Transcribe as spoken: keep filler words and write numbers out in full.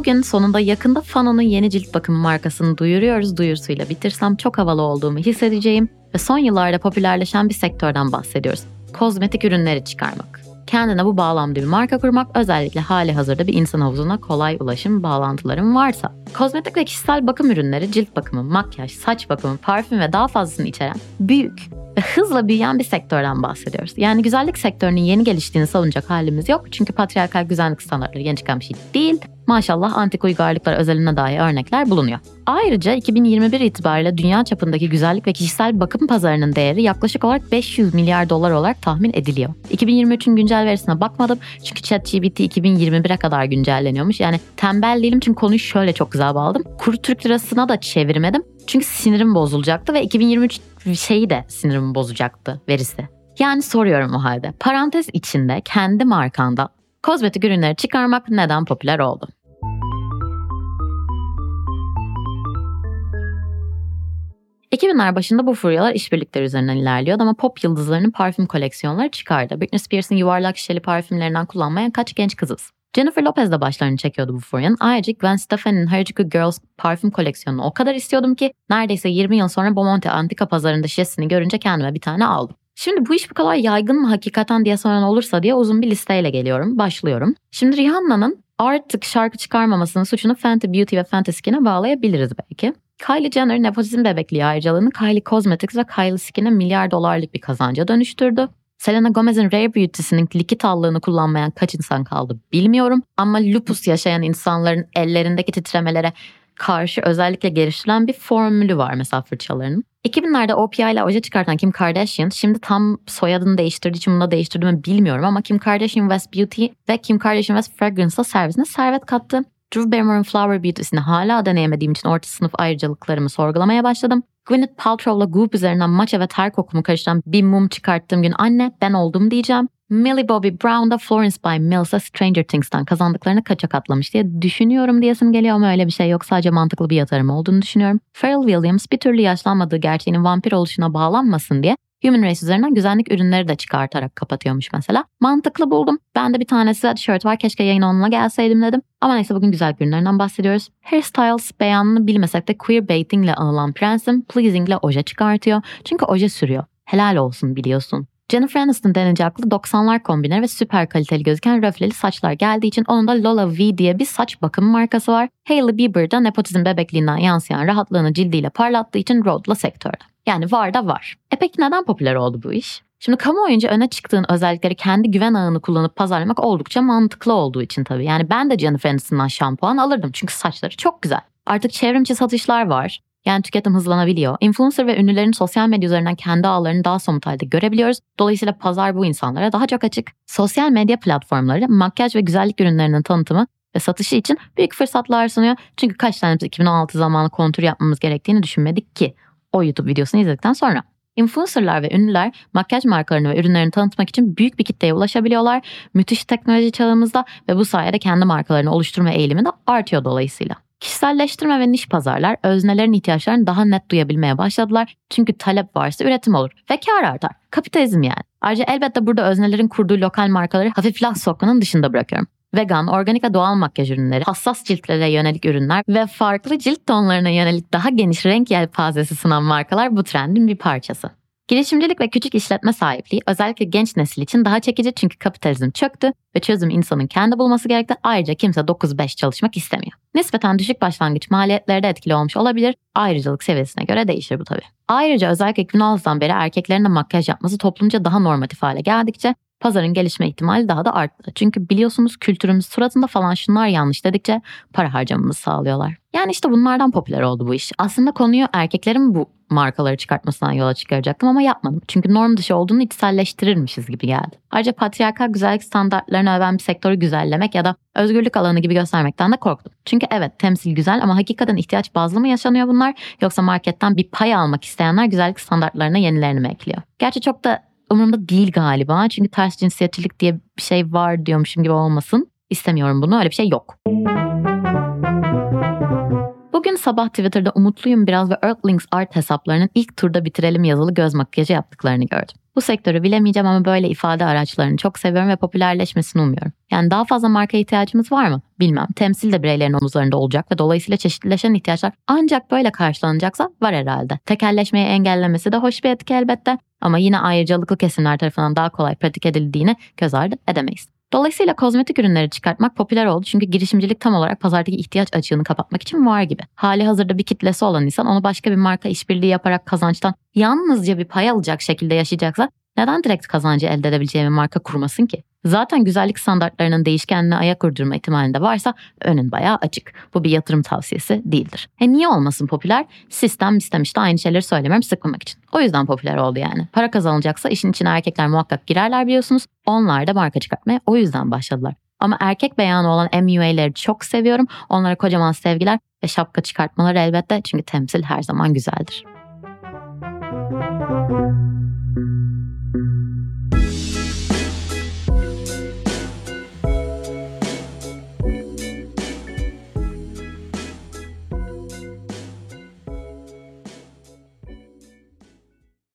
Bugün sonunda yakında Fano'nun yeni cilt bakımı markasını duyuruyoruz duyurusuyla bitirsem çok havalı olduğumu hissedeceğim ve son yıllarda popülerleşen bir sektörden bahsediyoruz. Kozmetik ürünleri çıkarmak. Kendine bu bağlamda bir marka kurmak, özellikle hali hazırda bir insan havuzuna kolay ulaşım bağlantıların varsa. Kozmetik ve kişisel bakım ürünleri, cilt bakımı, makyaj, saç bakımı, parfüm ve daha fazlasını içeren büyük ve hızla büyüyen bir sektörden bahsediyoruz. Yani güzellik sektörünün yeni geliştiğini savunacak halimiz yok. Çünkü patriarkal güzellik standartları yeni çıkan bir şey değil. Maşallah antik uygarlıklar özeline dair örnekler bulunuyor. Ayrıca iki bin yirmi bir itibariyle dünya çapındaki güzellik ve kişisel bakım pazarının değeri yaklaşık olarak beş yüz milyar dolar olarak tahmin ediliyor. iki bin yirmi üçün güncel verisine bakmadım çünkü ChatGPT iki bin yirmi bire kadar güncelleniyormuş. Yani tembel değilim çünkü konuyu şöyle çok güzel bağladım. Kuru Türk lirasına da çevirmedim çünkü sinirim bozulacaktı ve iki bin yirmi üç şeyi de sinirimi bozacaktı verisi. Yani soruyorum o halde. Parantez içinde kendi markanda kozmetik ürünleri çıkarmak neden popüler oldu? iki binler başında bu furyalar işbirlikleri üzerinden ilerliyordu ama pop yıldızlarının parfüm koleksiyonları çıkardı. Britney Spears'ın yuvarlak şişeli parfümlerinden kullanmayan kaç genç kızız? Jennifer Lopez de başlarını çekiyordu bu furyanın. Ayrıca Gwen Stefani'nin Harajuku Girls parfüm koleksiyonunu o kadar istiyordum ki neredeyse yirmi yıl sonra Bomonti Antika pazarında şişesini görünce kendime bir tane aldım. Şimdi bu iş bu kadar yaygın mı hakikaten diye soran olursa diye uzun bir listeyle geliyorum. Başlıyorum. Şimdi Rihanna'nın artık şarkı çıkarmamasının suçunu Fenty Beauty ve Fenty Skin'e bağlayabiliriz belki. Kylie Jenner nepotizm bebekliği ayrıcalığını Kylie Cosmetics ve Kylie Skin'e milyar dolarlık bir kazanca dönüştürdü. Selena Gomez'in Rare Beauty'sinin likit allığını kullanmayan kaç insan kaldı bilmiyorum. Ama lupus yaşayan insanların ellerindeki titremelere karşı özellikle geliştirilen bir formülü var mesela fırçalarının. iki binlerde O P I ile oje çıkartan Kim Kardashian, şimdi tam soyadını değiştirdiği için bunu da değiştirdi mi bilmiyorum ama Kim Kardashian West Beauty ve Kim Kardashian West Fragrance'la servisine servet kattı. Drew Barrymore'un Flower Beauty'sini hala deneyemediğim için orta sınıf ayrıcalıklarımı sorgulamaya başladım. Gwyneth Paltrow'la Goop üzerinden matcha ve ter kokumu karıştıran bir mum çıkarttığım gün anne ben oldum diyeceğim. Millie Bobby Brown da Florence by Mills'a Stranger Things'ten kazandıklarını kaça katlamış diye düşünüyorum diyesim geliyor ama öyle bir şey yok. Sadece mantıklı bir yatırım olduğunu düşünüyorum. Pharrell Williams bir türlü yaşlanmadığı gerçeğinin vampir oluşuna bağlanmasın diye Human Race üzerinden güzellik ürünleri de çıkartarak kapatıyormuş mesela. Mantıklı buldum. Ben de bir tane sweatshirt var. Keşke yayın onunla gelseydim dedim. Ama neyse bugün güzellik ürünlerinden bahsediyoruz. Harry Styles beyanını bilmesek de queerbaiting ile anılan prensim pleasing ile oje çıkartıyor. Çünkü oje sürüyor. Helal olsun biliyorsun. Jennifer Aniston denince aklı doksanlar kombinleri ve süper kaliteli gözüken röfleli saçlar geldiği için onun da Lola V diye bir saç bakım markası var. Hailey Bieber da nepotizm bebekliğinden yansıyan rahatlığını cildiyle parlattığı için Rhode'la sektörde. Yani var da var. E peki neden popüler oldu bu iş? Şimdi kamuoyunca öne çıktığın özellikleri kendi güven ağını kullanıp pazarlamak oldukça mantıklı olduğu için tabii. Yani ben de Jennifer Aniston'dan şampuan alırdım çünkü saçları çok güzel. Artık çevrimçi satışlar var. Yani tüketim hızlanabiliyor. Influencer ve ünlülerin sosyal medya üzerinden kendi ağlarını daha somut halde görebiliyoruz. Dolayısıyla pazar bu insanlara daha çok açık. Sosyal medya platformları makyaj ve güzellik ürünlerinin tanıtımı ve satışı için büyük fırsatlar sunuyor. Çünkü kaç tanemiz iki bin on altı zamanı kontür yapmamız gerektiğini düşünmedik ki o YouTube videosunu izledikten sonra. Influencerlar ve ünlüler makyaj markalarını ve ürünlerini tanıtmak için büyük bir kitleye ulaşabiliyorlar. Müthiş teknoloji çağımızda ve bu sayede kendi markalarını oluşturma eğilimi de artıyor dolayısıyla. Kişiselleştirme ve niş pazarlar öznelerin ihtiyaçlarını daha net duyabilmeye başladılar. Çünkü talep varsa üretim olur ve kar artar. Kapitalizm yani. Ayrıca elbette burada öznelerin kurduğu lokal markaları hafif laf sokmanın dışında bırakıyorum. Vegan, organik ve doğal makyaj ürünleri, hassas ciltlere yönelik ürünler ve farklı cilt tonlarına yönelik daha geniş renk yelpazesi sunan markalar bu trendin bir parçası. Girişimcilik ve küçük işletme sahipliği özellikle genç nesil için daha çekici çünkü kapitalizm çöktü ve çözüm insanın kendi bulması gerekti. Ayrıca kimse dokuz beş çalışmak istemiyor. Nispeten düşük başlangıç maliyetleri de etkili olmuş olabilir. Ayrıcalık seviyesine göre değişir bu tabii. Ayrıca özellikle iki bin on altıdan beri erkeklerin de makyaj yapması toplumca daha normatif hale geldikçe pazarın gelişme ihtimali daha da arttı. Çünkü biliyorsunuz kültürümüz suratında falan şunlar yanlış dedikçe para harcamamızı sağlıyorlar. Yani işte bunlardan popüler oldu bu iş. Aslında konuyu erkeklerin bu markaları çıkartmasından yola çıkaracaktım ama yapmadım. Çünkü norm dışı olduğunu içselleştirirmişiz gibi geldi. Ayrıca patriarkal güzellik standartlarını öven bir sektörü güzellemek ya da özgürlük alanı gibi göstermekten de korktum. Çünkü evet temsil güzel ama hakikaten ihtiyaç bazlı mı yaşanıyor bunlar? Yoksa marketten bir pay almak isteyenler güzellik standartlarına yenilerini mi ekliyor? Gerçi çok da umurumda değil galiba. Çünkü ters cinsiyetçilik diye bir şey var diyormuşum gibi olmasın. İstemiyorum bunu. Öyle bir şey yok. Bugün sabah Twitter'da umutluyum biraz ve Earthlings Art hesaplarının ilk turda bitirelim yazılı göz makyajı yaptıklarını gördüm. Bu sektörü bilemeyeceğim ama böyle ifade araçlarını çok seviyorum ve popülerleşmesini umuyorum. Yani daha fazla marka ihtiyacımız var mı? Bilmem. Temsil de bireylerin omuzlarında olacak ve dolayısıyla çeşitlileşen ihtiyaçlar ancak böyle karşılanacaksa var herhalde. Tekelleşmeyi engellemesi de hoş bir etki elbette ama yine ayrıcalıklı kesimler tarafından daha kolay pratik edildiğini göz ardı edemeyiz. Dolayısıyla kozmetik ürünleri çıkartmak popüler oldu çünkü girişimcilik tam olarak pazardaki ihtiyaç açığını kapatmak için var gibi. Hali hazırda bir kitlesi olan insan onu başka bir marka işbirliği yaparak kazançtan yalnızca bir pay alacak şekilde yaşayacaksa neden direkt kazancı elde edebileceği bir marka kurmasın ki? Zaten güzellik standartlarının değişkenliğine ayak uydurma ihtimalinde varsa önün bayağı açık. Bu bir yatırım tavsiyesi değildir. E niye olmasın popüler? Sistem istemiş de aynı şeyleri söylemiyorum sıkmamak için. O yüzden popüler oldu yani. Para kazanılacaksa işin içine erkekler muhakkak girerler biliyorsunuz. Onlar da marka çıkartmaya o yüzden başladılar. Ama erkek beyanı olan M U A'leri çok seviyorum. Onlara kocaman sevgiler ve şapka çıkartmaları elbette çünkü temsil her zaman güzeldir.